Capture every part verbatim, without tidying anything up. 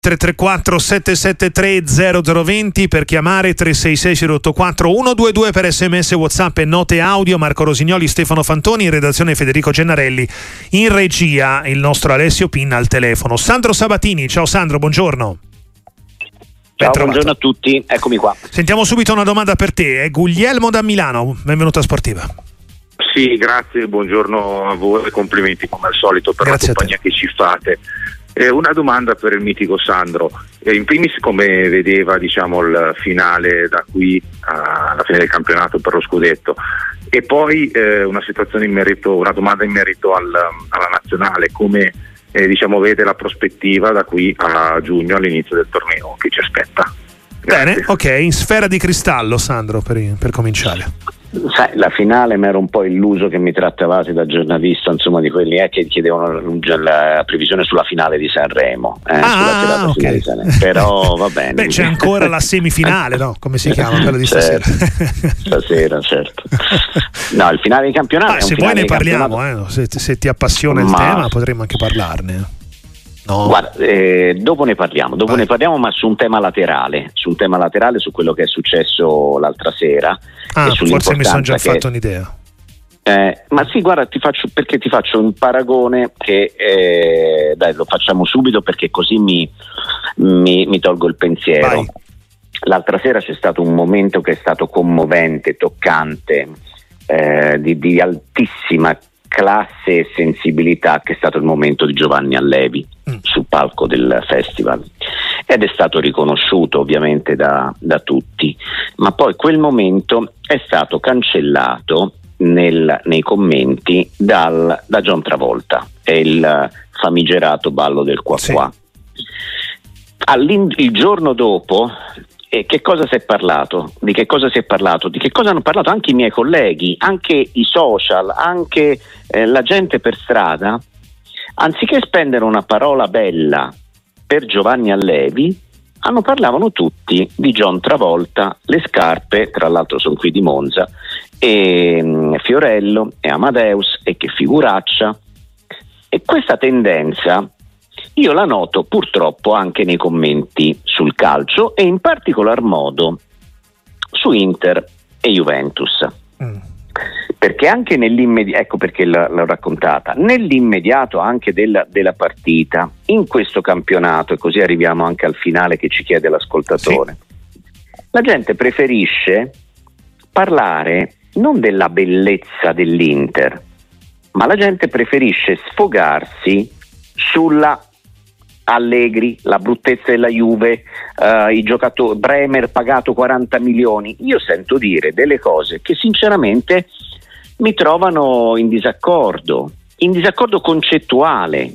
tre tre quattro sette sette tre zero zero due zero per chiamare, tre sei sei zero otto quattro uno due due per sms, whatsapp e note audio. Marco Rosignoli, Stefano Fantoni, in redazione Federico Gennarelli, in regia il nostro Alessio Pinna al telefono. Sandro Sabatini, ciao Sandro, buongiorno. Ciao, buongiorno a tutti, eccomi qua. Sentiamo subito una domanda per te, è Guglielmo da Milano, benvenuto a Sportiva. Sì, grazie, buongiorno a voi e complimenti come al solito per grazie la compagnia che ci fate. Eh, una domanda per il mitico Sandro, eh, in primis come vedeva diciamo il finale da qui alla fine del campionato per lo scudetto, e poi eh, una situazione in merito, una domanda in merito al, alla nazionale, come eh, diciamo vede la prospettiva da qui a giugno all'inizio del torneo che ci aspetta. Grazie. Bene, ok, in sfera di cristallo Sandro per, per cominciare. Sai, la finale mi ero un po' illuso che mi trattavate da giornalista, insomma, di quelli eh, che chiedevano la previsione sulla finale di Sanremo, eh, ah, sulla serata okay. di Sanremo. Però va bene. Beh, c'è ancora la semifinale, no? Come si chiama quella di certo, stasera? Stasera, certo. No, il finale di campionato. Ah, è un se vuoi ne parliamo, eh, se, se ti appassiona il Ma... tema potremmo anche parlarne. No. Guarda, eh, dopo ne parliamo, dopo Vai. ne parliamo, ma su un tema laterale, su un tema laterale, su quello che è successo l'altra sera. Ah, e forse mi sono già che... fatto un'idea. Eh, ma sì, guarda, ti faccio perché ti faccio un paragone che eh, dai, lo facciamo subito perché così mi, mi, mi tolgo il pensiero. Vai. L'altra sera c'è stato un momento che è stato commovente, toccante, eh, di, di altissima classe e sensibilità, che è stato il momento di Giovanni Allevi mm. sul palco del festival, ed è stato riconosciuto ovviamente da, da tutti, ma poi quel momento è stato cancellato nel, nei commenti dal, da John Travolta e il famigerato ballo del qua qua. Sì. Il giorno dopo E che cosa si è parlato? Di che cosa si è parlato? Di che cosa hanno parlato anche i miei colleghi, anche i social, anche eh, la gente per strada? Anziché spendere una parola bella per Giovanni Allevi, hanno parlavano tutti di John Travolta, le scarpe, tra l'altro sono qui di Monza, e um, Fiorello e Amadeus, e che figuraccia. E questa tendenza io la noto purtroppo anche nei commenti sul calcio e in particolar modo su Inter e Juventus, mm. perché anche nell'immediato, ecco perché l'ho raccontata, nell'immediato anche della, della partita, in questo campionato, e così arriviamo anche al finale che ci chiede l'ascoltatore, sì. La gente preferisce parlare non della bellezza dell'Inter, ma la gente preferisce sfogarsi sulla Allegri, la bruttezza della Juve, uh, i giocatori, Bremer pagato quaranta milioni. Io sento dire delle cose che sinceramente mi trovano in disaccordo, in disaccordo concettuale,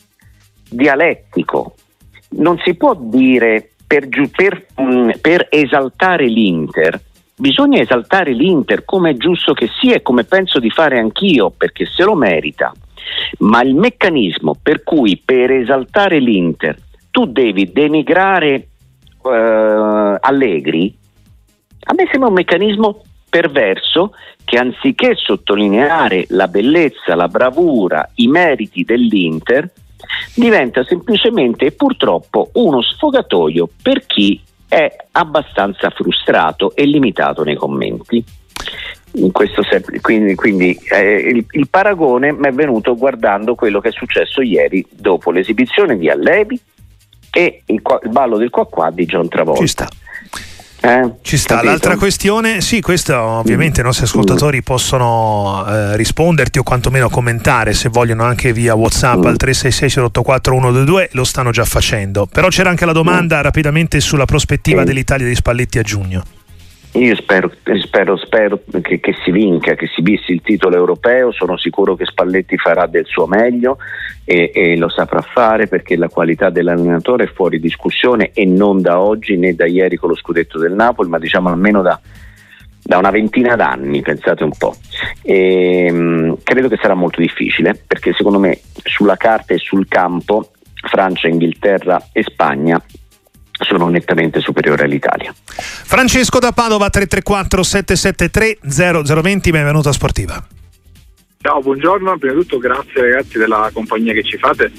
dialettico. Non si può dire per, per, per esaltare l'Inter, bisogna esaltare l'Inter come è giusto che sia e come penso di fare anch'io, perché se lo merita. Ma il meccanismo per cui per esaltare l'Inter tu devi denigrare uh, Allegri, a me sembra un meccanismo perverso che anziché sottolineare la bellezza, la bravura, i meriti dell'Inter, diventa semplicemente e purtroppo uno sfogatoio per chi è abbastanza frustrato e limitato nei commenti. In questo se- quindi, quindi eh, il, il paragone mi è venuto guardando quello che è successo ieri dopo l'esibizione di Allevi e il, qua- il ballo del qua qua di John Travolta. Ci sta. Eh, Ci sta. capito? L'altra questione, sì, questa ovviamente mm. i nostri ascoltatori mm. possono eh, risponderti o quantomeno commentare se vogliono anche via WhatsApp mm. al tre sei sei zero otto quattro uno due due, lo stanno già facendo. Però c'era anche la domanda mm. rapidamente sulla prospettiva sì. dell'Italia di Spalletti a giugno. Io spero, spero, spero che, che si vinca, che si bissi il titolo europeo. Sono sicuro che Spalletti farà del suo meglio e, e lo saprà fare, perché la qualità dell'allenatore è fuori discussione, e non da oggi né da ieri con lo scudetto del Napoli, ma diciamo almeno da, da una ventina d'anni, pensate un po'. E, mh, credo che sarà molto difficile, perché secondo me sulla carta e sul campo Francia, Inghilterra e Spagna sono nettamente superiori all'Italia. Francesco da Padova, tre tre quattro sette sette tre zero zero due zero, benvenuto a Sportiva. Ciao, buongiorno, prima di tutto grazie ragazzi della compagnia che ci fate.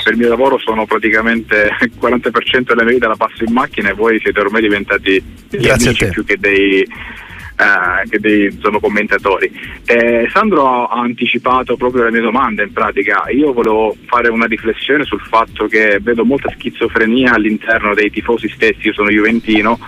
per il mio lavoro sono praticamente il quaranta per cento della mia vita la passo in macchina, e voi siete ormai diventati degli amici più che dei Uh, che dei, sono commentatori. eh, Sandro ha, ha anticipato proprio la mia domanda. In pratica io volevo fare una riflessione sul fatto che vedo molta schizofrenia all'interno dei tifosi stessi. Io sono juventino,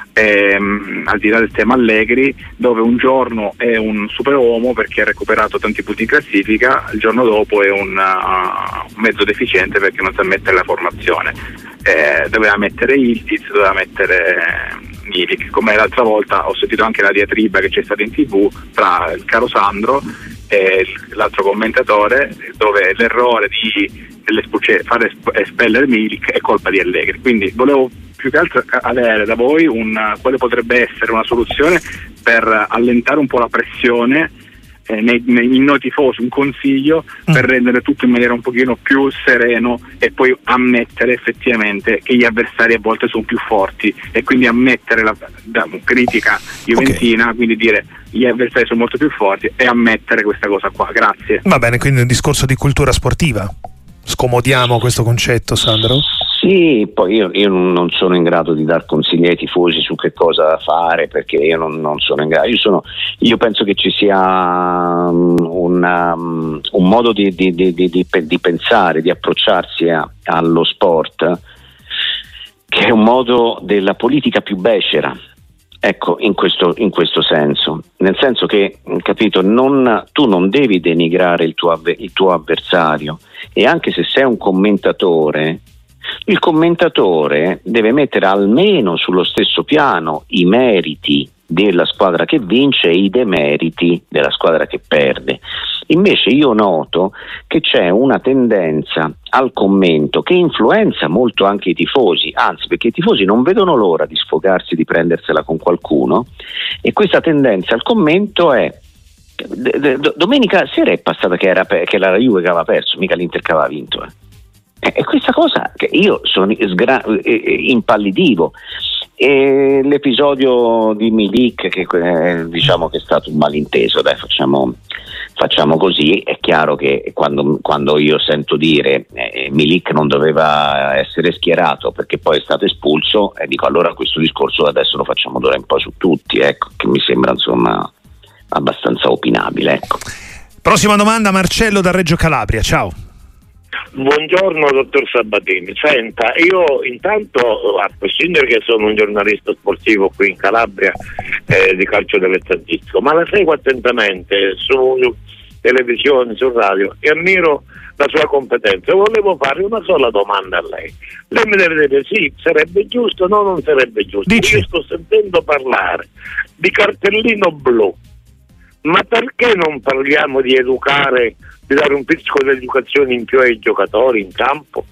ehm, al di là del tema Allegri, dove un giorno è un superuomo perché ha recuperato tanti punti in classifica, il giorno dopo è un uh, mezzo deficiente perché non sa mettere la formazione. Eh, doveva mettere Ildiz, doveva mettere Milik, come l'altra volta ho sentito anche la diatriba che c'è stata in tv tra il caro Sandro e l'altro commentatore, dove l'errore di fare espellere Milik è colpa di Allegri. Quindi volevo più che altro avere da voi un, quale potrebbe essere una soluzione per allentare un po' la pressione eh, nei, nei noi tifosi, un consiglio mm. per rendere tutto in maniera un pochino più sereno, e poi ammettere effettivamente che gli avversari a volte sono più forti, e quindi ammettere la, la critica juventina, okay. Quindi dire gli avversari sono molto più forti e ammettere questa cosa qua. Grazie. Va bene, quindi un discorso di cultura sportiva. Scomodiamo questo concetto, Sandro? Sì, poi io, io non sono in grado di dar consigli ai tifosi su che cosa fare, perché io non, non sono in grado. Io, sono, io penso che ci sia um, una, um, un modo di, di, di, di, di pensare, di approcciarsi a, allo sport, che è un modo della politica più becera. Ecco, in questo, in questo senso, nel senso che, capito, non, tu non devi denigrare il tuo, il tuo avversario, e anche se sei un commentatore, il commentatore deve mettere almeno sullo stesso piano i meriti della squadra che vince e i demeriti della squadra che perde. Invece io noto che c'è una tendenza al commento che influenza molto anche i tifosi, anzi, perché i tifosi non vedono l'ora di sfogarsi, di prendersela con qualcuno, e questa tendenza al commento è d- d- domenica sera è passata che era pe- che la Juve che aveva perso, mica l'Inter che aveva vinto, eh. E questa cosa che io sono sgra- impallidivo. E l'episodio di Milik, che eh, diciamo che è stato un malinteso, dai, facciamo, facciamo così. È chiaro che quando, quando io sento dire eh, Milik non doveva essere schierato perché poi è stato espulso, e eh, dico allora questo discorso adesso lo facciamo d'ora in poi su tutti, ecco, che mi sembra insomma abbastanza opinabile, ecco. Prossima domanda, Marcello da Reggio Calabria, ciao. Buongiorno dottor Sabatini. Senta, io intanto, a prescindere che sono un giornalista sportivo qui in Calabria eh, di calcio dilettantistico, ma la seguo attentamente su televisione, su radio, e ammiro la sua competenza. Volevo fare una sola domanda a lei. Lei mi deve dire sì, sarebbe giusto, no, non sarebbe giusto. Dici. Io sto sentendo parlare di cartellino blu, ma perché non parliamo di educare, di dare un pizzico di educazione in più ai giocatori in campo?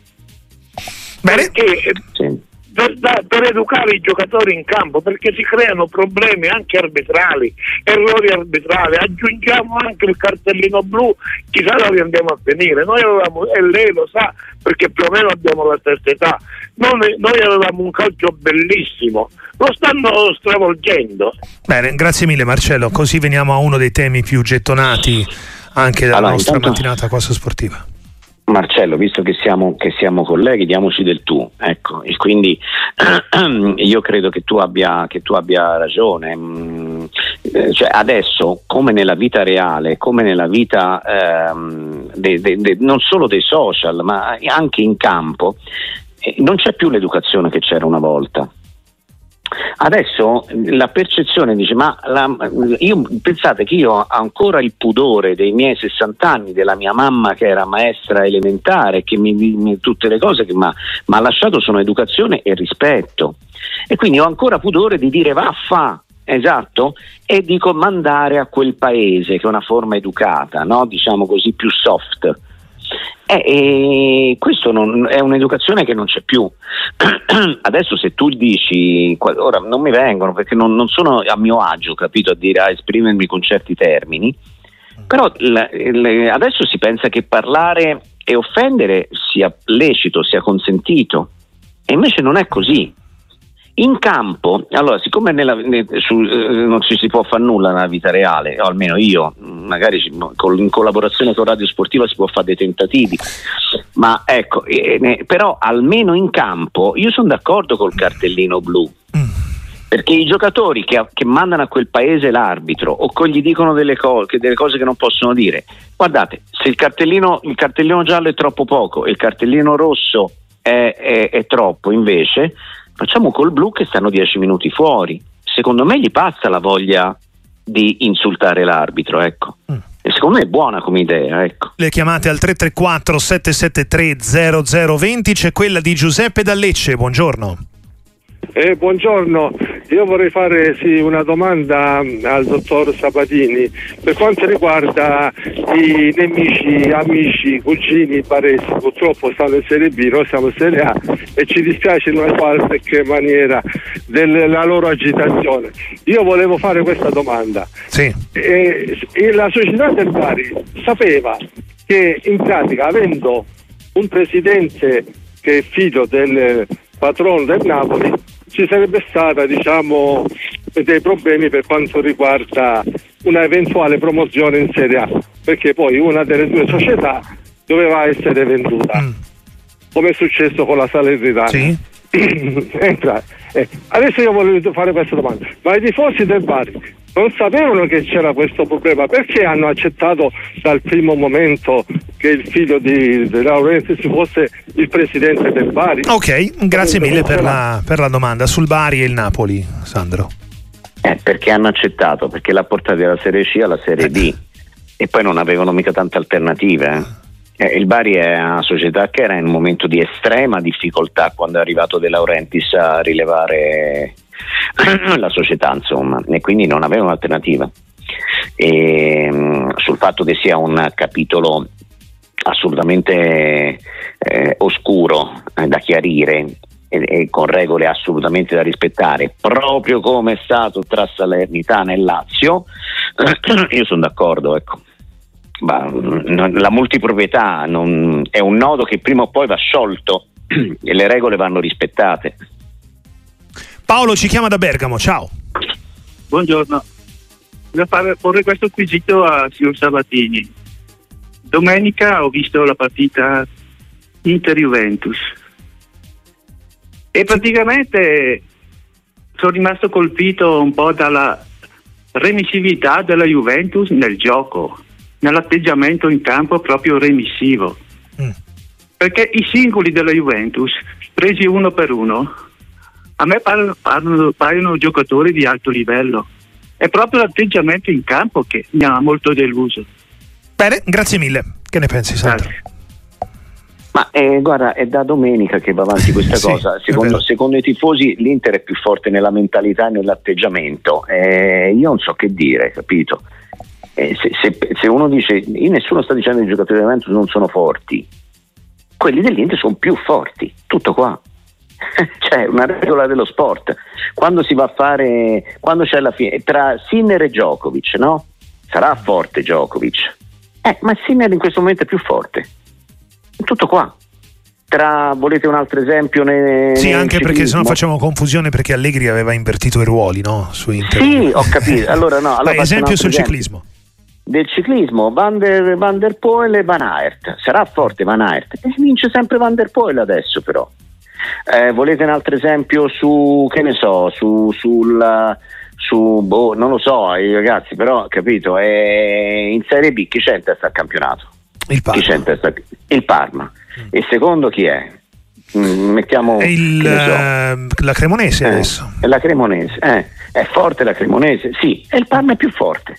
Bene. Perché sì. per, per educare i giocatori in campo, perché si creano problemi anche arbitrali, errori arbitrali. Aggiungiamo anche il cartellino blu, chissà dove andiamo a finire. Noi avevamo, e lei lo sa perché più o meno abbiamo la stessa età, noi, noi avevamo un calcio bellissimo, lo stanno stravolgendo. Bene, grazie mille Marcello, così veniamo a uno dei temi più gettonati anche dalla allora, nostra intanto, mattinata Cosa Sportiva. Marcello, visto che siamo, che siamo colleghi, diamoci del tu, ecco, e quindi io credo che tu abbia, che tu abbia ragione. Mm, cioè adesso, come nella vita reale, come nella vita ehm, de, de, de, non solo dei social, ma anche in campo, eh, non c'è più l'educazione che c'era una volta. Adesso la percezione dice, ma la, io pensate che io ho ancora il pudore dei miei sessanta anni, della mia mamma che era maestra elementare, che mi, mi tutte le cose che mi ha lasciato sono educazione e rispetto, e quindi ho ancora pudore di dire vaffa, esatto, e di comandare a quel paese, che è una forma educata, no? Diciamo così, più soft. Eh, e questo non, è un'educazione che non c'è più. Adesso se tu dici, ora non mi vengono perché non, non sono a mio agio, capito, a dire, a esprimermi con certi termini, però la, la, adesso si pensa che parlare e offendere sia lecito, sia consentito, e invece non è così. In campo, allora, siccome nella, ne, su, eh, non ci si può fare nulla nella vita reale, o almeno io, magari con, in collaborazione con Radio Sportiva si può fare dei tentativi, ma ecco, eh, ne, però almeno in campo io sono d'accordo col cartellino blu, perché i giocatori che, che mandano a quel paese l'arbitro o che gli dicono delle, co- delle cose che non possono dire, guardate, se il cartellino, il cartellino giallo è troppo poco e il cartellino rosso è, è, è troppo, invece facciamo col blu che stanno dieci minuti fuori. Secondo me gli passa la voglia di insultare l'arbitro, ecco. Mm. E secondo me è buona come idea, ecco. Le chiamate al tre tre quattro sette sette tre zero zero due zero, c'è quella di Giuseppe da Lecce, buongiorno. Eh, buongiorno, io vorrei fare sì, una domanda al dottor Sabatini per quanto riguarda i nemici, amici, cugini, parenti. Purtroppo stanno in Serie B, noi siamo in Serie A e ci dispiace in una qualche maniera della loro agitazione. Io volevo fare questa domanda. Sì. Eh, la società del Bari sapeva che in pratica, avendo un presidente che è figlio del patrono del Napoli, ci sarebbe stata, diciamo, dei problemi per quanto riguarda una eventuale promozione in Serie A, perché poi una delle due società doveva essere venduta, mm. come è successo con la Salernitana. Sì. Entra. Eh, adesso io volevo fare questa domanda: ma i tifosi del Bari non sapevano che c'era questo problema? Perché hanno accettato dal primo momento che il figlio di, di Laurentiis fosse il presidente del Bari? Ok, grazie mille per la, per la domanda. Sul Bari e il Napoli, Sandro. Eh, perché hanno accettato, perché l'ha portata dalla Serie C alla Serie D e poi non avevano mica tante alternative. Eh. Eh, il Bari è una società che era in un momento di estrema difficoltà quando è arrivato De Laurentiis a rilevare la società, insomma, e quindi non aveva un'alternativa. E, mh, sul fatto che sia un capitolo assolutamente eh, oscuro eh, da chiarire e, e con regole assolutamente da rispettare, proprio come è stato tra Salernitana e Lazio, io sono d'accordo, ecco. Ma, non, la multiproprietà non, è un nodo che prima o poi va sciolto e le regole vanno rispettate. Paolo ci chiama da Bergamo, ciao. Buongiorno, voglio fare, porre questo quesito a signor Sabatini. Domenica ho visto la partita Inter-Juventus e praticamente sono rimasto colpito un po' dalla remissività della Juventus nel gioco, nell'atteggiamento in campo proprio remissivo. Mm. Perché i singoli della Juventus, presi uno per uno, a me paiono, paiono, paiono giocatori di alto livello. È proprio l'atteggiamento in campo che mi ha molto deluso. Bene, grazie mille. Che ne pensi, Sandro? Ma eh, guarda, è da domenica che va avanti questa sì, cosa. Secondo, secondo i tifosi l'Inter è più forte nella mentalità e nell'atteggiamento. Eh, io non so che dire, capito? Eh, se, se, se uno dice, nessuno sta dicendo che i giocatori della Juventus non sono forti, quelli dell'Inter sono più forti, tutto qua. C'è una regola dello sport. Quando si va a fare, quando c'è la fine tra Sinner e Djokovic, no? Sarà forte Djokovic. Eh, ma Sinner in questo momento è più forte. Tutto qua. Tra, volete un altro esempio? Ne, sì, anche ciclismo? Perché se no facciamo confusione, perché Allegri aveva invertito i ruoli, no? Su Inter. Sì, ho capito. Allora, no, allora Vai, esempio sul esempio. ciclismo. Del ciclismo, Van der, Van der Poel e Van Aert. Sarà forte Van Aert. E vince sempre Van der Poel adesso, però. Eh, volete un altro esempio su, che ne so, su, sul, su boh, non lo so, i ragazzi, però capito, è in Serie B chi c'è in testa al campionato? Il Parma. Chi c'è in testa? Il Parma. Mm. E secondo chi è? Mm, mettiamo è il, so. la Cremonese eh, adesso. È la Cremonese, eh. È forte la Cremonese, sì, e il Parma è più forte.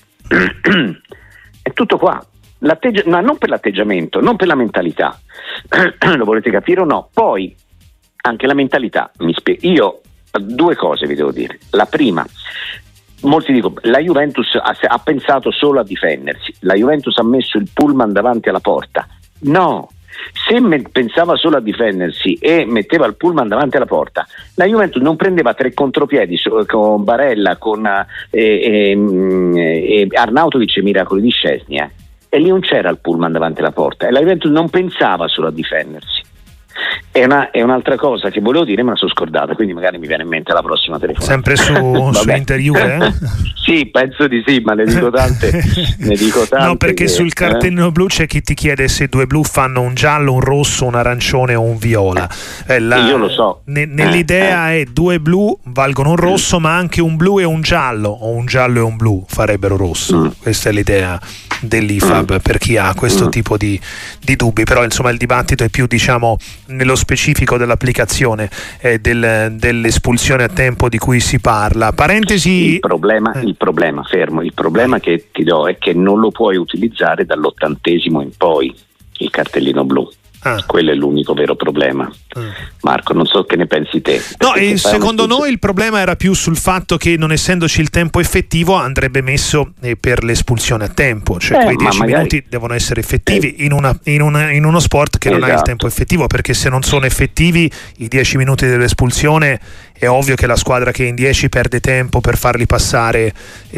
È tutto qua. L'atteggi- ma non per l'atteggiamento, non per la mentalità. Lo volete capire o no? Poi anche la mentalità, mi spie- io due cose vi devo dire. La prima, molti dicono la Juventus ha, ha pensato solo a difendersi, la Juventus ha messo il pullman davanti alla porta. No, se me- pensava solo a difendersi e metteva il pullman davanti alla porta, la Juventus non prendeva tre contropiedi so- con Barella, con eh, eh, eh, Arnautovic e Miracoli di Szczesny, eh. E lì non c'era il pullman davanti alla porta e la Juventus non pensava solo a difendersi. È, una, è un'altra cosa che volevo dire, me la sono scordata, quindi magari mi viene in mente la prossima telefonata. Sempre su, su Inter Juve? Eh? Sì, penso di sì, ma ne dico tante. ne dico tante no, perché che, sul cartellino eh? blu c'è chi ti chiede se due blu fanno un giallo, un rosso, un arancione o un viola. Eh, la, io lo so. Ne, nell'idea eh, è due blu valgono un rosso, ma anche un blu e un giallo, o un giallo e un blu farebbero rosso. Mm. Questa è l'idea dell'I F A B mm. per chi ha questo mm. tipo di, di dubbi, però insomma il dibattito è più, diciamo, nello specifico dell'applicazione eh, del, dell'espulsione a tempo di cui si parla. Parentesi. Il problema, eh. il problema fermo, il problema che ti do è che non lo puoi utilizzare dall'ottantesimo in poi il cartellino blu. Ah. Quello è l'unico vero problema. Ah. Marco, non so che ne pensi te. No, e secondo noi il problema era più sul fatto che, non essendoci il tempo effettivo, andrebbe messo eh, per l'espulsione a tempo, cioè eh, quei dieci magari... minuti devono essere effettivi eh. in, una, in, una, in uno sport che esatto. non ha il tempo effettivo, perché se non sono effettivi i dieci minuti dell'espulsione è ovvio che la squadra che è in dieci perde tempo per farli passare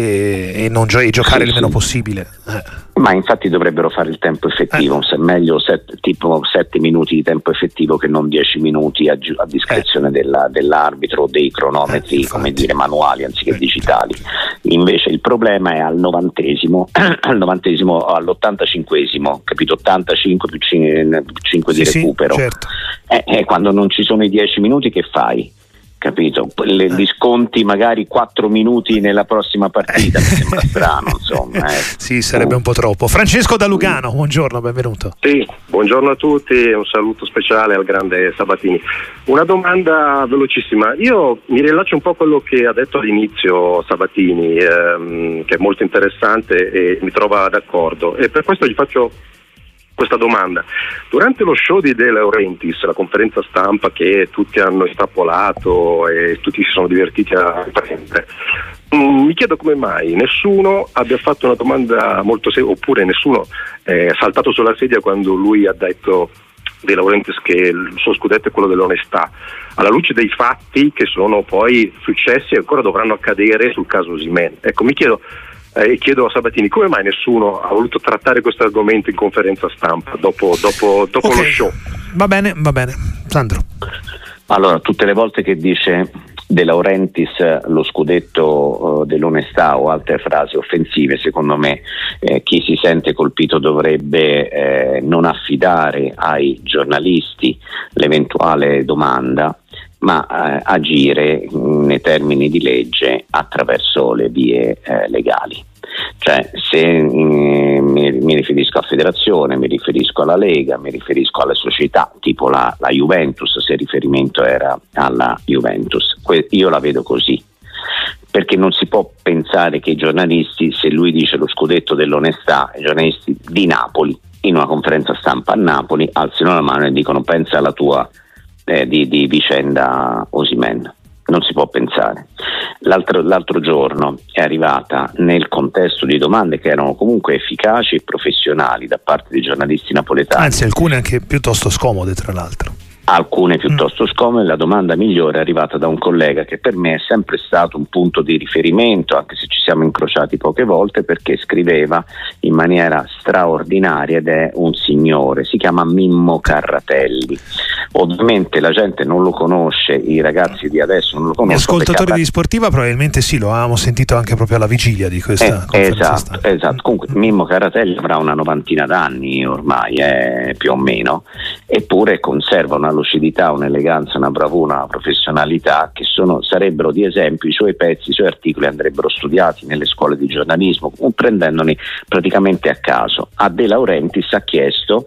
e, e non gio- e giocare sì, il meno sì. possibile. Eh. Ma infatti dovrebbero fare il tempo effettivo, eh. se meglio set, tipo sette minuti di tempo effettivo che non dieci minuti a, a discrezione eh. della, dell'arbitro o dei cronometri, eh, come dire, manuali anziché eh. digitali. Invece il problema è al novantesimo, al novantesimo, all'ottantacinquesimo, capito? ottantacinque più cinque di sì, recupero. Sì, certo. eh, eh, quando non ci sono i dieci minuti che fai? Capito? Le, li sconti magari quattro minuti nella prossima partita, mi sembra strano, insomma. Eh. Sì, sarebbe un po' troppo. Francesco da Lugano, buongiorno, benvenuto. Sì, buongiorno a tutti e un saluto speciale al grande Sabatini. Una domanda velocissima. Io mi rilascio un po' a quello che ha detto all'inizio Sabatini, ehm, che è molto interessante e mi trova d'accordo, e per questo gli faccio questa domanda. Durante lo show di De Laurentiis, la conferenza stampa che tutti hanno estrapolato e tutti si sono divertiti a prendere, mm, mi chiedo come mai nessuno abbia fatto una domanda molto seria, oppure nessuno è eh, saltato sulla sedia quando lui ha detto, De Laurentiis, che il suo scudetto è quello dell'onestà, alla luce dei fatti che sono poi successi e ancora dovranno accadere sul caso Osimhen. Ecco, mi chiedo e eh, chiedo a Sabatini come mai nessuno ha voluto trattare questo argomento in conferenza stampa dopo, dopo, dopo okay. lo show. Va bene, va bene. Sandro. Allora, tutte le volte che dice De Laurentiis lo scudetto uh, dell'onestà o altre frasi offensive, secondo me eh, chi si sente colpito dovrebbe eh, non affidare ai giornalisti l'eventuale domanda, ma eh, agire mh, nei termini di legge attraverso le vie eh, legali. Cioè, se mh, mi, mi riferisco a federazione, mi riferisco alla Lega, mi riferisco alle società tipo la, la Juventus, se il riferimento era alla Juventus, que- io la vedo così, perché non si può pensare che i giornalisti, se lui dice lo scudetto dell'onestà, i giornalisti di Napoli in una conferenza stampa a Napoli alzino la mano e dicono pensa alla tua Eh, di, di vicenda Osimhen. Non si può pensare. L'altro, l'altro giorno è arrivata, nel contesto di domande che erano comunque efficaci e professionali da parte dei giornalisti napoletani, anzi alcune anche piuttosto scomode, tra l'altro alcune piuttosto scomode, la domanda migliore è arrivata da un collega che per me è sempre stato un punto di riferimento, anche se ci siamo incrociati poche volte, perché scriveva in maniera straordinaria ed è un signore, si chiama Mimmo Carratelli. Ovviamente la gente non lo conosce, i ragazzi di adesso non lo conoscono. Gli ascoltatori avrà... di Sportiva probabilmente sì, lo avevamo sentito anche proprio alla vigilia di questa eh, esatto, esatto. Comunque Mimmo Carratelli avrà una novantina d'anni ormai, eh, più o meno, eppure conserva una lucidità, un'eleganza, una bravura, una professionalità che sono, sarebbero di esempio. I suoi pezzi, i suoi articoli andrebbero studiati nelle scuole di giornalismo, prendendoli praticamente a caso. A De Laurentiis ha chiesto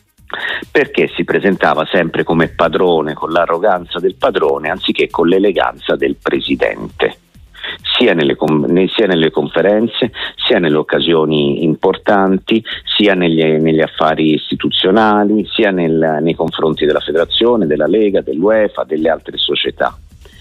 perché si presentava sempre come padrone, con l'arroganza del padrone anziché con l'eleganza del presidente, sia nelle, sia nelle conferenze, sia nelle occasioni importanti, sia negli, negli affari istituzionali, sia nel, nei confronti della federazione, della Lega, dell'UEFA, delle altre società.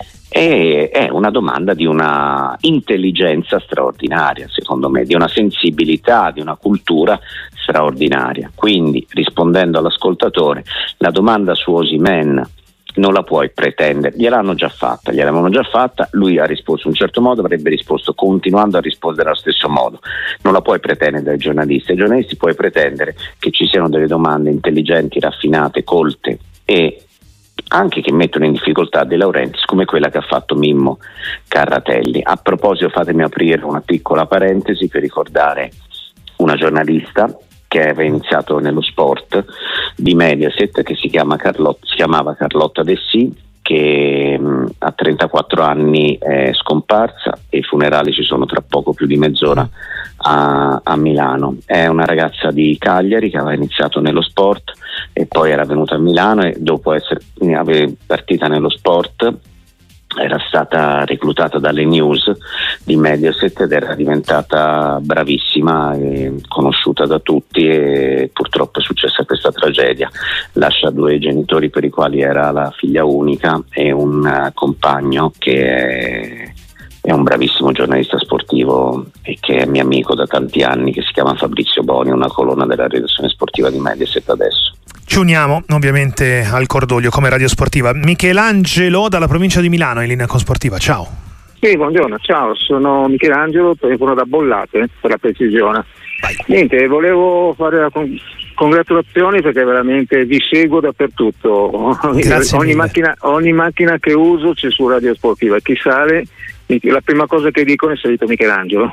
E è una domanda di una intelligenza straordinaria, secondo me, di una sensibilità, di una cultura straordinaria. Quindi, rispondendo all'ascoltatore, la domanda su Osimhen non la puoi pretendere, gliel'hanno già fatta, gliel'avevano già fatta, lui ha risposto in un certo modo, avrebbe risposto continuando a rispondere allo stesso modo. Non la puoi pretendere dai giornalisti, ai giornalisti puoi pretendere che ci siano delle domande intelligenti, raffinate, colte, e anche che mettono in difficoltà De Laurentiis, come quella che ha fatto Mimmo Carratelli. A proposito, fatemi aprire una piccola parentesi per ricordare una giornalista che aveva iniziato nello sport di Mediaset, che si, chiama Carlotta, si chiamava Carlotta Dessì, che mh, a trentaquattro anni è scomparsa e i funerali ci sono tra poco più di mezz'ora a, a Milano. È una ragazza di Cagliari che aveva iniziato nello sport e poi era venuta a Milano, e dopo essere partita nello sport era stata reclutata dalle news di Mediaset ed era diventata bravissima e conosciuta da tutti, e purtroppo è successa questa tragedia. Lascia due genitori per i quali era la figlia unica e un compagno che è, è un bravissimo giornalista sportivo e che è mio amico da tanti anni, che si chiama Fabrizio Boni, una colonna della redazione sportiva di Mediaset adesso. Ci uniamo ovviamente al cordoglio come Radio Sportiva. Michelangelo dalla provincia di Milano in linea con Sportiva, ciao. Sì, buongiorno, ciao, sono Michelangelo, telefono da Bollate, per la precisione. Vai. Niente, volevo fare la con- congratulazioni perché veramente vi seguo dappertutto. Grazie ogni, macchina, ogni macchina che uso c'è su Radio Sportiva, chi sale, la prima cosa che dicono è salito Michelangelo.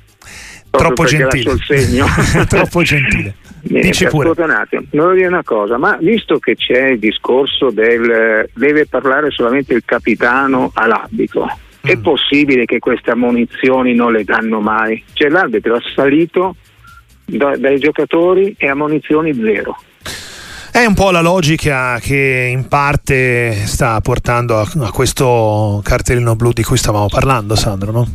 Troppo gentile. Il segno. Troppo gentile. Niente, Dici pure. Un attimo, volevo dire una cosa, ma visto che c'è il discorso del deve parlare solamente il capitano all'arbitro, mm. è possibile che queste ammonizioni non le danno mai? Cioè l'arbitro è salito da, dai giocatori e ammonizioni zero. È un po' la logica che in parte sta portando a, a questo cartellino blu di cui stavamo parlando, Sandro, no?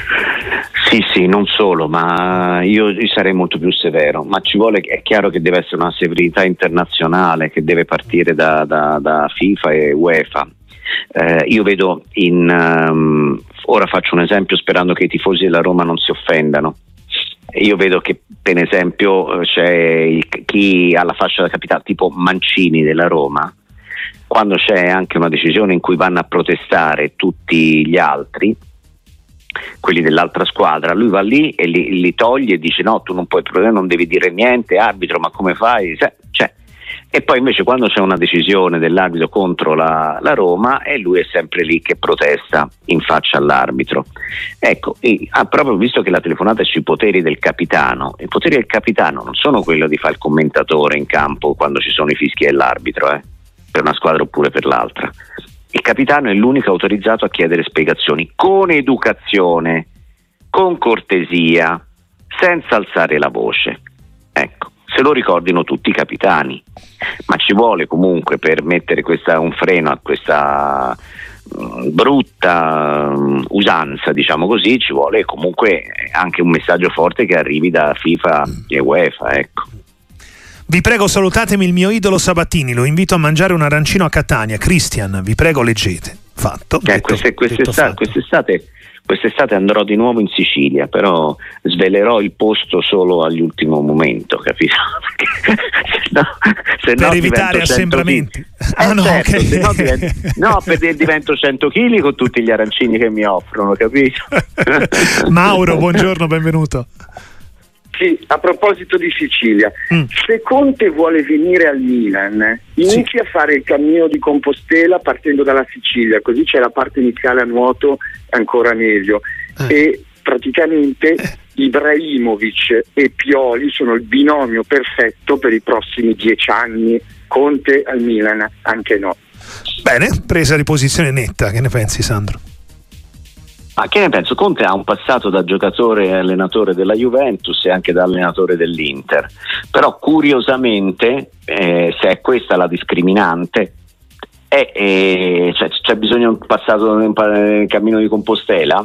Sì, sì, non solo, ma io, io sarei molto più severo, ma ci vuole, è chiaro che deve essere una severità internazionale che deve partire da, da, da FIFA e UEFA. Eh, io vedo in um, ora faccio un esempio sperando che i tifosi della Roma non si offendano. Io vedo che per esempio c'è il, chi ha la fascia da capitano tipo Mancini della Roma, quando c'è anche una decisione in cui vanno a protestare tutti gli altri, quelli dell'altra squadra, lui va lì e li, li toglie e dice no, tu non puoi protestare, non devi dire niente, arbitro, ma come fai? Cioè, e poi invece quando c'è una decisione dell'arbitro contro la, la Roma, e lui è sempre lì che protesta in faccia all'arbitro. Ecco, e, ah, proprio visto che la telefonata è sui poteri del capitano, i poteri del capitano non sono quello di fare il commentatore in campo quando ci sono i fischi dell'arbitro, eh, per una squadra oppure per l'altra. Il capitano è l'unico autorizzato a chiedere spiegazioni con educazione, con cortesia, senza alzare la voce. Ecco, se lo ricordino tutti i capitani, ma ci vuole comunque per mettere questa, un freno a questa mh, brutta mh, usanza, diciamo così, ci vuole comunque anche un messaggio forte che arrivi da FIFA e UEFA, ecco. Vi prego, salutatemi il mio idolo Sabatini, lo invito a mangiare un arancino a Catania. Cristian, vi prego, leggete. Fatto. Eh, detto, queste, quest'estate, detto fatto. quest'estate, quest'estate andrò di nuovo in Sicilia, però svelerò il posto solo all'ultimo momento, capito? se no, se per no evitare assembramenti. Ah, eh, no, certo, okay. se no, divento, no, perché divento cento chili con tutti gli arancini che mi offrono, capito? Mauro, buongiorno, benvenuto. Sì, a proposito di Sicilia, mm. se Conte vuole venire al Milan, inizi sì. a fare il cammino di Compostela partendo dalla Sicilia, così c'è la parte iniziale a nuoto ancora meglio. Eh. E praticamente eh. Ibrahimovic e Pioli sono il binomio perfetto per i prossimi dieci anni. Conte al Milan, anche no. Bene, presa di posizione netta, che ne pensi, Sandro? Ma che ne penso? Conte ha un passato da giocatore e allenatore della Juventus e anche da allenatore dell'Inter, però curiosamente, eh, se è questa la discriminante, è, eh, cioè, c'è bisogno di un passato nel cammino di Compostela?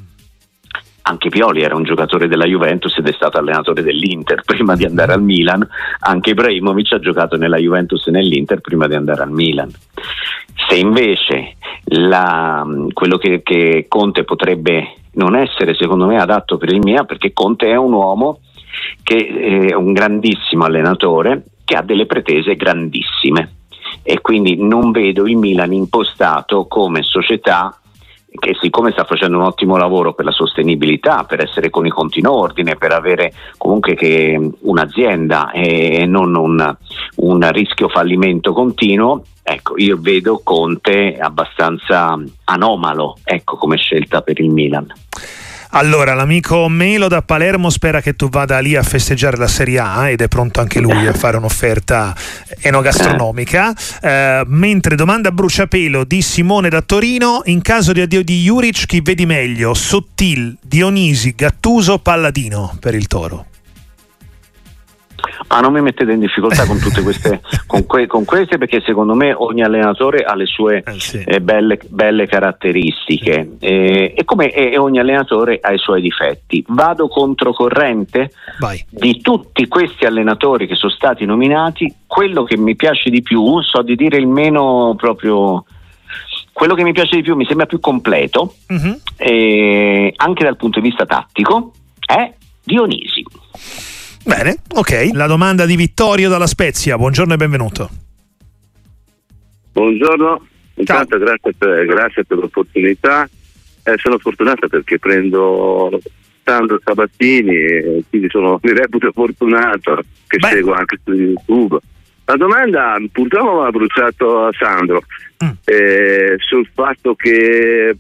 Anche Pioli era un giocatore della Juventus ed è stato allenatore dell'Inter prima di andare al Milan, anche Ibrahimovic ha giocato nella Juventus e nell'Inter prima di andare al Milan. Se invece la, quello che, che Conte potrebbe non essere secondo me adatto per il Milan, perché Conte è un uomo che è un grandissimo allenatore che ha delle pretese grandissime e quindi non vedo il Milan impostato come società che siccome sta facendo un ottimo lavoro per la sostenibilità, per essere con i conti in ordine, per avere comunque che un'azienda e non un, un rischio fallimento continuo, ecco, io vedo Conte abbastanza anomalo, ecco, come scelta per il Milan. Allora, l'amico Melo da Palermo spera che tu vada lì a festeggiare la Serie A ed è pronto anche lui a fare un'offerta enogastronomica. Eh, mentre domanda a bruciapelo di Simone da Torino: in caso di addio di Juric, chi vedi meglio? Sottil, Dionisi, Gattuso, Palladino per il Toro? Ah, non mi mettete in difficoltà con tutte queste con, que, con queste perché secondo me ogni allenatore ha le sue eh sì. eh, belle, belle caratteristiche eh, e come e ogni allenatore ha i suoi difetti. Vado controcorrente. Vai. Di tutti questi allenatori che sono stati nominati, quello che mi piace di più, so di dire il meno proprio, quello che mi piace di più, mi sembra più completo, mm-hmm. eh, anche dal punto di vista tattico, è Dionisi. Bene, ok. La domanda di Vittorio dalla Spezia. Buongiorno e benvenuto. Buongiorno, intanto grazie per, grazie per l'opportunità. Eh, sono fortunata perché prendo Sandro Sabatini e quindi sono, mi reputo fortunato che Beh. seguo anche su YouTube. La domanda purtroppo mi ha bruciato a Sandro mm. eh, sul fatto che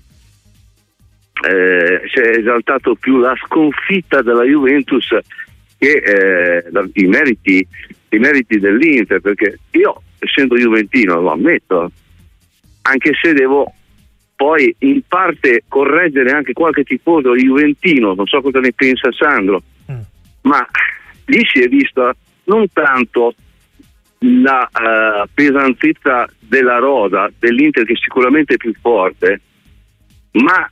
eh, si è esaltato più la sconfitta della Juventus che eh, i meriti i meriti dell'Inter, perché io essendo juventino lo ammetto, anche se devo poi in parte correggere anche qualche tifoso juventino, non so cosa ne pensa Sandro, mm. ma lì si è vista non tanto la uh, pesantezza della rosa dell'Inter, che sicuramente è più forte, ma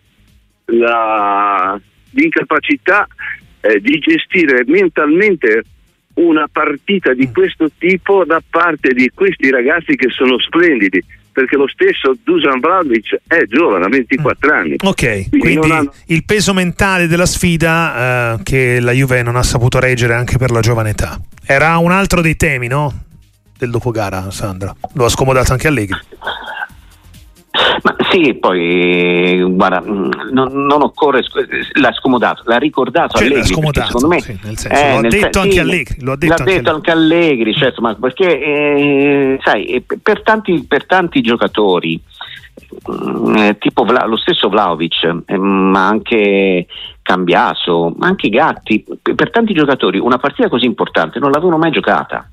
la, l'incapacità Eh, di gestire mentalmente una partita di questo tipo da parte di questi ragazzi che sono splendidi, perché lo stesso Dusan Vlahovic è giovane, ha ventiquattro anni. Ok, quindi, quindi hanno... il peso mentale della sfida eh, che la Juve non ha saputo reggere anche per la giovane età. Era un altro dei temi, no? Del dopogara, Sandra. Lo ha scomodato anche Allegri. Ma sì, poi guarda, non, non occorre, l'ha scomodato, l'ha ricordato cioè, Allegri, l'ha scomodato, secondo me, sì, nel senso, eh, lo ha detto sen- anche sì, Allegri, lo ha detto, l'ha anche, detto anche Allegri, certo, ma perché eh, sai, per tanti, per tanti giocatori eh, tipo Vla, lo stesso Vlahovic, eh, ma anche Cambiaso, ma anche Gatti, per tanti giocatori una partita così importante non l'avevano mai giocata.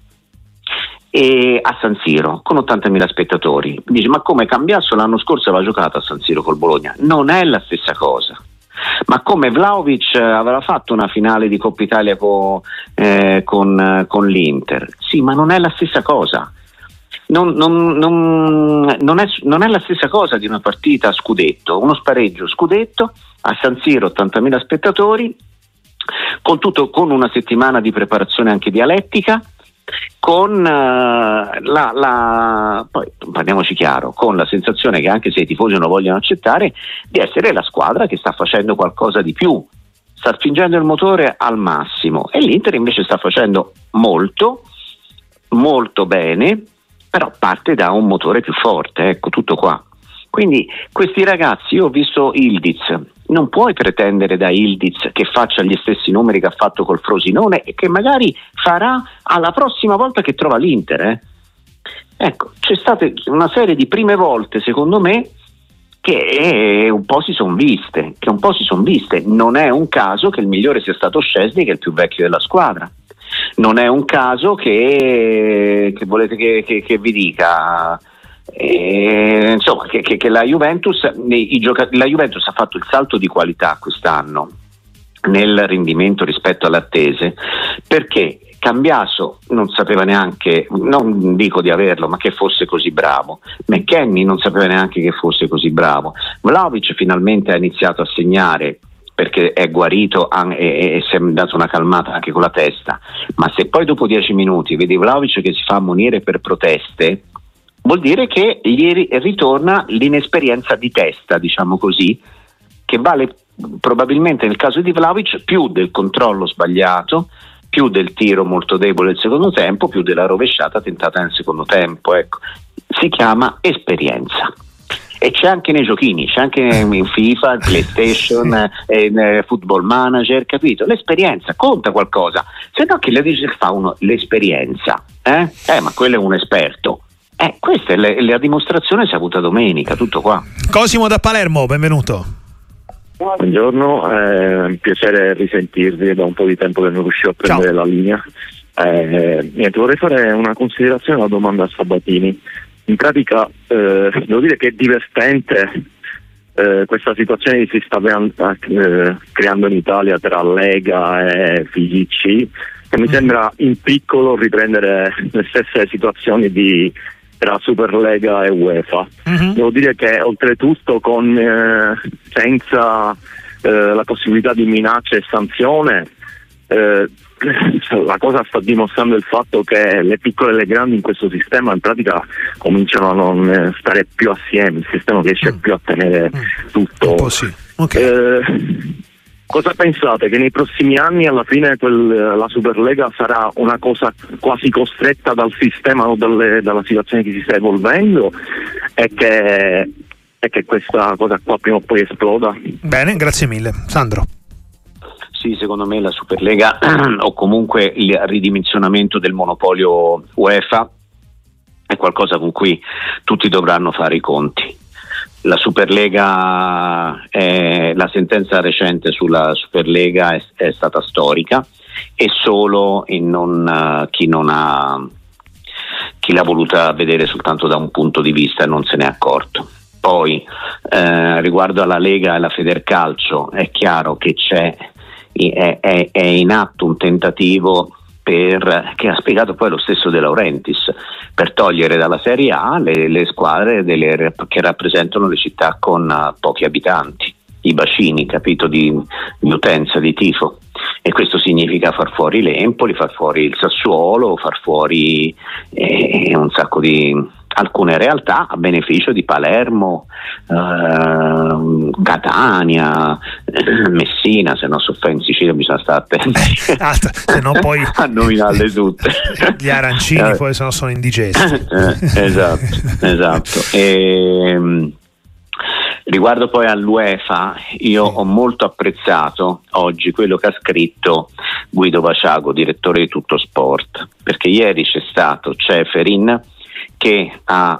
E a San Siro con ottantamila spettatori, dice: ma come Cambiasso l'anno scorso aveva giocato a San Siro col Bologna? Non è la stessa cosa. Ma come Vlahovic aveva fatto una finale di Coppa Italia con, eh, con, con l'Inter? Sì, ma non è la stessa cosa. Non, non, non, non, è, non è la stessa cosa di una partita a scudetto, uno spareggio scudetto a San Siro, ottantamila spettatori, con tutto, con una settimana di preparazione anche dialettica, con uh, la, la poi parliamoci chiaro, con la sensazione che anche se i tifosi non lo vogliono accettare, di essere la squadra che sta facendo qualcosa di più, sta spingendo il motore al massimo, e l'Inter invece sta facendo molto molto bene, però parte da un motore più forte, ecco, tutto qua. Quindi questi ragazzi, io ho visto Ildiz, non puoi pretendere da Ildiz che faccia gli stessi numeri che ha fatto col Frosinone e che magari farà alla prossima volta che trova l'Inter. Eh? Ecco, c'è stata una serie di prime volte, secondo me, che un po' si sono viste, che un po' si sono viste. Non è un caso che il migliore sia stato Szczesny, che è il più vecchio della squadra. Non è un caso che, che volete che, che, che vi dica... Eh, insomma che, che, che la Juventus i gioca- la Juventus ha fatto il salto di qualità quest'anno nel rendimento rispetto alle attese, perché Cambiaso non sapeva neanche, non dico di averlo, ma che fosse così bravo. McKennie non sapeva neanche che fosse così bravo. Vlahovic finalmente ha iniziato a segnare perché è guarito e, e, e si è dato una calmata anche con la testa, ma se poi dopo dieci minuti vedi Vlahovic che si fa ammonire per proteste, vuol dire che gli ritorna l'inesperienza di testa, diciamo così, che vale probabilmente nel caso di Vlahovic più del controllo sbagliato, più del tiro molto debole del secondo tempo, più della rovesciata tentata nel secondo tempo. Ecco, si chiama esperienza. E c'è anche nei giochini, c'è anche in FIFA, PlayStation, in Football Manager, capito? L'esperienza conta qualcosa, se no che le dice che fa uno l'esperienza, eh? Eh, ma quello è un esperto. Eh, questa è la, la dimostrazione si è avuta domenica, tutto qua. Cosimo da Palermo, benvenuto. Buongiorno, è un piacere risentirvi, da un po' di tempo che non riuscivo a prendere Ciao. la linea. Eh, niente, vorrei fare una considerazione, una domanda a Sabatini. In pratica eh, devo dire che è divertente eh, questa situazione che si sta eh, creando in Italia tra Lega e F I G C, che mi sembra in piccolo riprendere le stesse situazioni di tra Superlega e UEFA. Mm-hmm. Devo dire che oltretutto con eh, senza eh, la possibilità di minacce e sanzione, eh, la cosa sta dimostrando il fatto che le piccole e le grandi in questo sistema in pratica cominciano a non stare più assieme, il sistema riesce mm. più a tenere mm. tutto. Un po' sì. Okay. Eh, cosa pensate? Che nei prossimi anni alla fine quel, la Superlega sarà una cosa quasi costretta dal sistema o dalle, dalla situazione che si sta evolvendo e che, e che questa cosa qua prima o poi esploda? Bene, grazie mille. Sandro. Sì, secondo me la Superlega o comunque il ridimensionamento del monopolio UEFA è qualcosa con cui tutti dovranno fare i conti. La Superlega, è, la sentenza recente sulla Superlega è, è stata storica e solo in non, uh, chi non ha chi l'ha voluta vedere soltanto da un punto di vista e non se n'è accorto. Poi eh, riguardo alla Lega e alla Federcalcio è chiaro che c'è È, è, è in atto un tentativo per, che ha spiegato poi lo stesso De Laurentiis, per togliere dalla Serie A le, le squadre delle, che rappresentano le città con uh, pochi abitanti, i bacini, capito, di, di utenza, di tifo, e questo significa far fuori l'Empoli, far fuori il Sassuolo, far fuori eh, un sacco di alcune realtà a beneficio di Palermo, eh, Catania, eh, Messina, se no so in Sicilia bisogna stare attenti se no poi a nominarle tutte, gli arancini eh. poi se no sono indigesti. eh, esatto, esatto. E, riguardo poi all'UEFA, io ho molto apprezzato oggi quello che ha scritto Guido Vaciago, direttore di Tutto Sport, perché ieri c'è stato Ceferin che ha,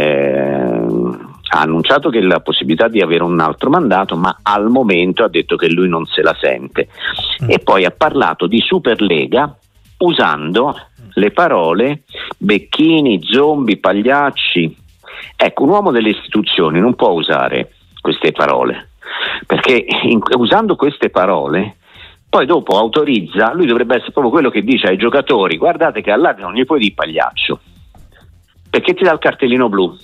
eh, ha annunciato che la possibilità di avere un altro mandato, ma al momento ha detto che lui non se la sente, mm. e poi ha parlato di Superlega usando le parole Becchini, zombie, pagliacci. Ecco, un uomo delle istituzioni non può usare queste parole, perché in, usando queste parole poi dopo autorizza, lui dovrebbe essere proprio quello che dice ai giocatori: guardate che all'arbitro non gli puoi dire pagliaccio, perché ti dà il cartellino blu.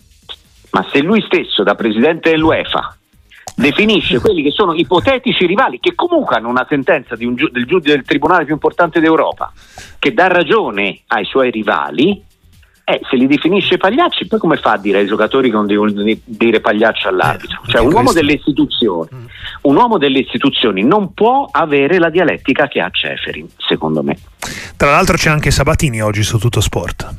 Ma se lui stesso, da presidente dell'UEFA, definisce quelli che sono ipotetici rivali, che comunque hanno una sentenza di un giu- del giudice del tribunale più importante d'Europa, che dà ragione ai suoi rivali, eh, se li definisce pagliacci, poi come fa a dire ai giocatori che non devono dire pagliaccio all'arbitro? Cioè un uomo delle istituzioni, un uomo delle istituzioni non può avere la dialettica che ha Ceferin, secondo me. Tra l'altro c'è anche Sabatini oggi su Tutto Sport.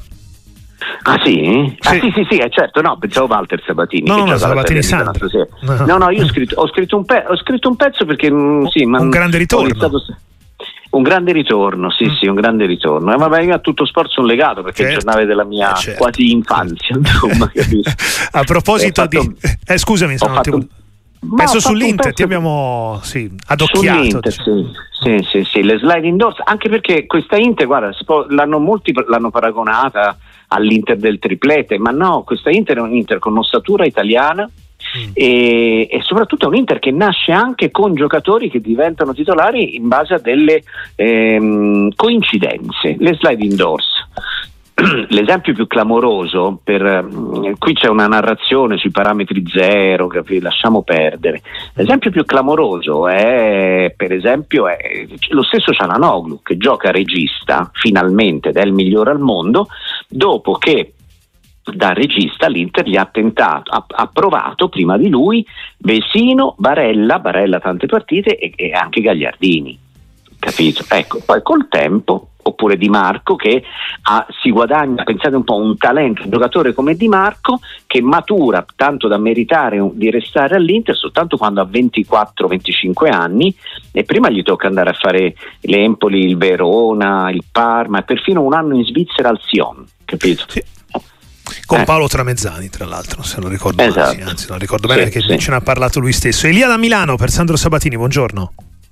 Ah sì? Sì. Ah sì sì sì, è certo, no, pensavo Walter Sabatini. No, che no, gioca Sabatini alla Sandro. No. no, no, io ho scritto, ho scritto, un, pe- ho scritto un pezzo perché mh, sì, ma un grande ritorno. Iniziato, un grande ritorno, sì, mm. sì, un grande ritorno. E eh, vabbè, io a Tutto Sport sono legato perché certo. è il giornale della mia eh, certo. quasi infanzia, insomma, a proposito fatto, di eh, scusami, sono fatto, ti... penso sull'Inter ti abbiamo sì, adocchiato, diciamo. sì, sì, sì, sì, le sliding doors, anche perché questa Inter, guarda, l'hanno molti l'hanno paragonata all'Inter del triplete, ma no, questa Inter è un Inter con ossatura italiana mm. e, e soprattutto è un Inter che nasce anche con giocatori che diventano titolari in base a delle ehm, coincidenze, le sliding doors. L'esempio più clamoroso, per, qui c'è una narrazione sui parametri zero, capi, lasciamo perdere. L'esempio più clamoroso è, per esempio, è lo stesso Çalhanoğlu, che gioca regista finalmente ed è il migliore al mondo, dopo che da regista l'Inter gli ha tentato, ha, ha provato prima di lui Vesino, Barella, Barella tante partite e, e anche Gagliardini, capito? Ecco, poi col tempo oppure Di Marco, che ha, si guadagna, pensate un po', un talento, un giocatore come Di Marco che matura tanto da meritare un, di restare all'Inter soltanto quando ha ventiquattro venticinque anni, e prima gli tocca andare a fare l'Empoli, il Verona, il Parma e perfino un anno in Svizzera al Sion, capito? Sì. Con eh. Paolo Tramezzani, tra l'altro, se non ricordo esatto. male, sì, anzi non ricordo bene, sì, che sì. ce ne ha parlato lui stesso. Elia da Milano per Sandro Sabatini, buongiorno.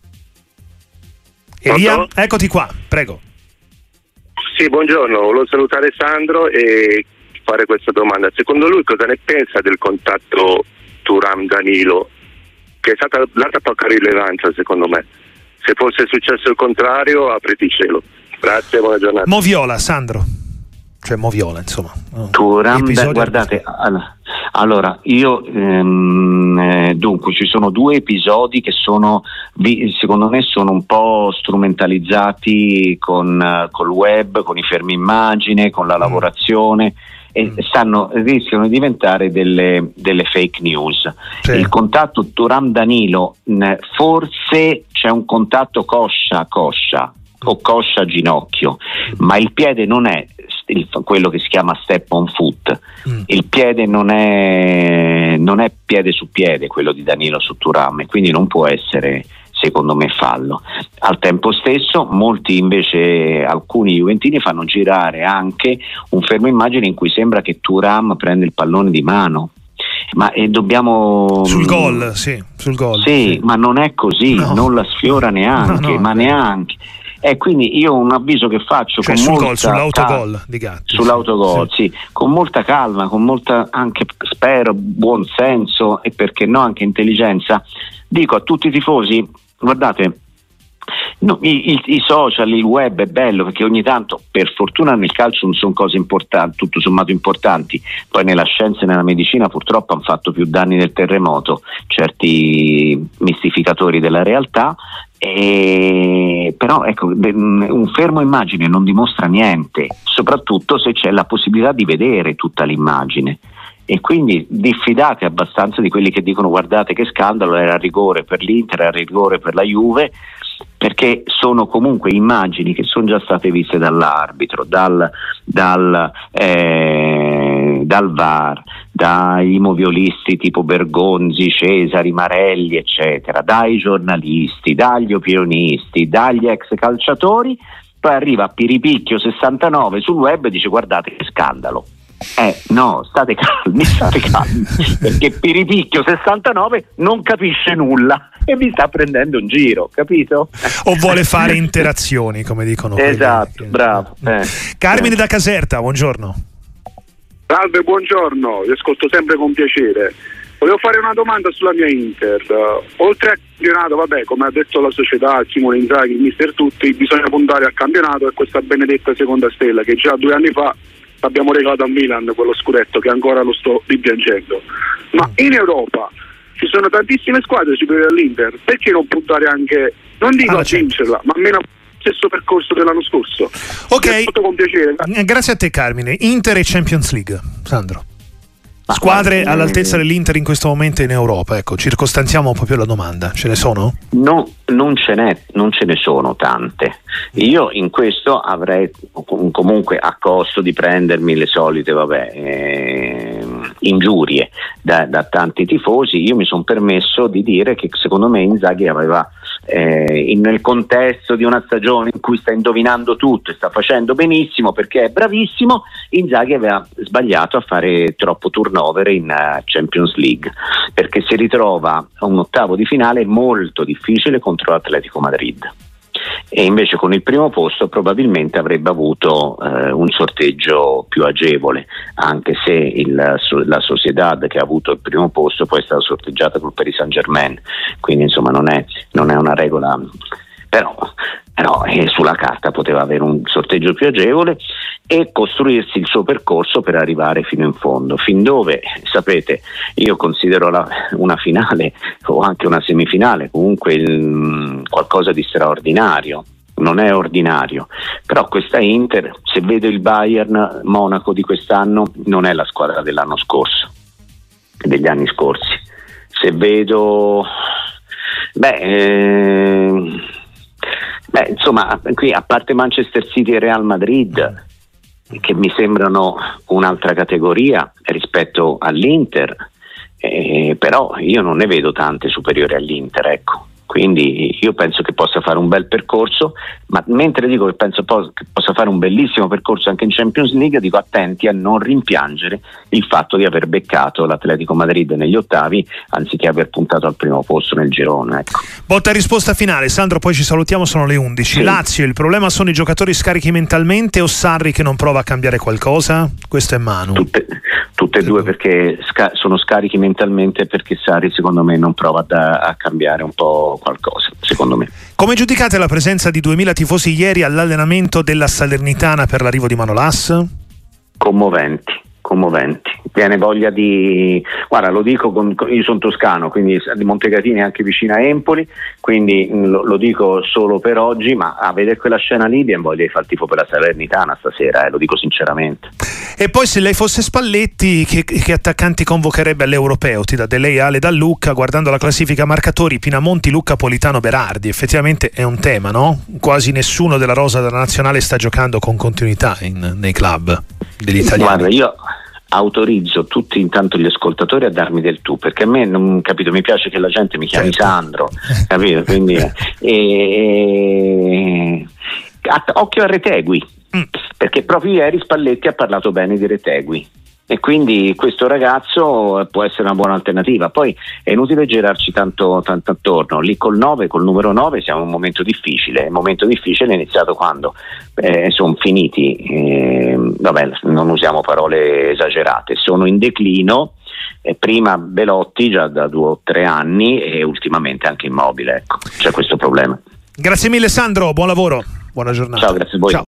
Elia, Pronto? eccoti qua, prego. Sì, buongiorno, volevo salutare Sandro e fare questa domanda. Secondo lui cosa ne pensa del contatto Thuram-Danilo, che è stata data poca rilevanza secondo me? Se fosse successo il contrario, apriti cielo. Grazie, buona giornata. Moviola, Sandro. Cioè Moviola, insomma. Thuram, guardate, allora io ehm, eh, dunque ci sono due episodi che sono, secondo me, sono un po' strumentalizzati con uh, col web, con i fermi immagine, con la lavorazione, mm. e stanno, rischiano di diventare delle, delle fake news. Sì. Il contatto Thuram-Danilo, forse c'è un contatto coscia a coscia o coscia a ginocchio, ma il piede non è il, quello che si chiama step on foot. Mm. Il piede non è non è piede su piede quello di Danilo su Thuram, e quindi non può essere, secondo me, fallo. Al tempo stesso molti invece, alcuni juventini fanno girare anche un fermo immagine in cui sembra che Thuram prende il pallone di mano, ma eh, dobbiamo sul gol, sì, sul gol. Sì, sì, ma non è così, no. Non la sfiora neanche, no, no, ma neanche. E quindi io un avviso che faccio, cioè, con sul molta gol, sull'autogol cal- di Gatti, sull'autogol, sì. sì, con molta calma, con molta, anche spero, buon senso e perché no anche intelligenza, dico a tutti i tifosi: guardate, no, i, i, i social, il web è bello perché ogni tanto, per fortuna nel calcio non sono cose importanti, tutto sommato importanti, poi nella scienza e nella medicina purtroppo hanno fatto più danni del terremoto certi mistificatori della realtà. E però ecco, un fermo immagine non dimostra niente, soprattutto se c'è la possibilità di vedere tutta l'immagine, e quindi diffidate abbastanza di quelli che dicono: guardate che scandalo, era rigore per l'Inter, era rigore per la Juve, perché sono comunque immagini che sono già state viste dall'arbitro, dal, dal, eh, dal V A R, dai moviolisti tipo Bergonzi, Cesari, Marelli eccetera, dai giornalisti, dagli opinionisti, dagli ex calciatori. Poi arriva Piripicchio sessantanove sul web e dice: guardate che scandalo. Eh no, state calmi, state calmi, perché Piripicchio sessantanove non capisce nulla e vi sta prendendo in giro, capito? O vuole fare interazioni, come dicono. Esatto, quelli. bravo. Eh. Carmine da Caserta, buongiorno. Salve, buongiorno, vi ascolto sempre con piacere. Volevo fare una domanda sulla mia Inter. Uh, oltre al campionato, vabbè, come ha detto la società, Simone Inzaghi, il mister tutti, bisogna puntare al campionato e questa benedetta seconda stella che già due anni fa abbiamo regalato a Milan, quello scudetto che ancora lo sto rimpiangendo. Ma in Europa ci sono tantissime squadre superiori all'Inter, perché non puntare anche, non dico ah, a vincerla, ma almeno stesso percorso dell'anno scorso? Ok, tutto con piacere. Grazie a te Carmine. Inter e Champions League, Sandro. Squadre Ma, all'altezza dell'Inter in questo momento in Europa, ecco, circostanziamo proprio la domanda, ce ne sono? No, non ce n'è, non ce ne sono tante. Io in questo avrei comunque, a costo di prendermi le solite vabbè, eh, ingiurie da, da tanti tifosi, io mi sono permesso di dire che secondo me Inzaghi aveva eh, in, nel contesto di una stagione in cui sta indovinando tutto e sta facendo benissimo perché è bravissimo, Inzaghi aveva sbagliato a fare troppo turnover in uh, Champions League, perché si ritrova a un ottavo di finale molto difficile contro l'Atletico Madrid, e invece con il primo posto probabilmente avrebbe avuto eh, un sorteggio più agevole, anche se il, la Sociedad, che ha avuto il primo posto, poi è stata sorteggiata col Paris Saint-Germain, quindi insomma non è, non è una regola, però, però eh, sulla carta poteva avere un sorteggio più agevole e costruirsi il suo percorso per arrivare fino in fondo, fin dove, sapete, io considero la, una finale o anche una semifinale comunque il, qualcosa di straordinario. Non è ordinario, però questa Inter, se vedo il Bayern Monaco di quest'anno, non è la squadra dell'anno scorso, degli anni scorsi. Se vedo beh eh, Beh, insomma, qui a parte Manchester City e Real Madrid, che mi sembrano un'altra categoria rispetto all'Inter, eh, però io non ne vedo tante superiori all'Inter, ecco. Quindi io penso che possa fare un bel percorso, ma mentre dico che penso po- che possa fare un bellissimo percorso anche in Champions League, dico attenti a non rimpiangere il fatto di aver beccato l'Atletico Madrid negli ottavi anziché aver puntato al primo posto nel girone, ecco. Botta e risposta finale, Sandro, poi ci salutiamo, sono le undici. Sì. Lazio, il problema sono i giocatori scarichi mentalmente o Sarri che non prova a cambiare qualcosa? Questo è Manu. Tutte, tutte e due, perché sca- sono scarichi mentalmente, perché Sarri secondo me non prova da- a cambiare un po' qualcosa, secondo me. Come giudicate la presenza di duemila tifosi ieri all'allenamento della Salernitana per l'arrivo di Manolas? Commoventi, commoventi. Viene voglia di... Guarda, lo dico, con, io sono toscano, quindi di Montecatini è anche vicino a Empoli, quindi lo, lo dico solo per oggi, ma a vedere quella scena lì viene voglia di fare il tifo per la Salernitana stasera, eh, lo dico sinceramente. E poi se lei fosse Spalletti, che, che attaccanti convocherebbe all'Europeo? Ti dà lei Ale da Lucca, guardando la classifica marcatori, Pinamonti, Lucca, Politano, Berardi. Effettivamente è un tema, no? Quasi nessuno della rosa della nazionale sta giocando con continuità in, nei club degli italiani. Guarda, io autorizzo tutti intanto gli ascoltatori a darmi del tu, perché a me non capito, mi piace che la gente mi chiami certo. Sandro, capito? Quindi e... occhio a Retegui, mm. perché proprio ieri Spalletti ha parlato bene di Retegui e quindi questo ragazzo può essere una buona alternativa. Poi è inutile girarci tanto, tanto attorno, lì col nove, col numero nove siamo in un momento difficile. Il momento difficile è iniziato quando eh, sono finiti, eh, vabbè, non usiamo parole esagerate, sono in declino, eh, prima Belotti già da due o tre anni e ultimamente anche Immobile, ecco, c'è questo problema. Grazie mille Sandro, buon lavoro, buona giornata. Ciao, grazie a voi. Ciao.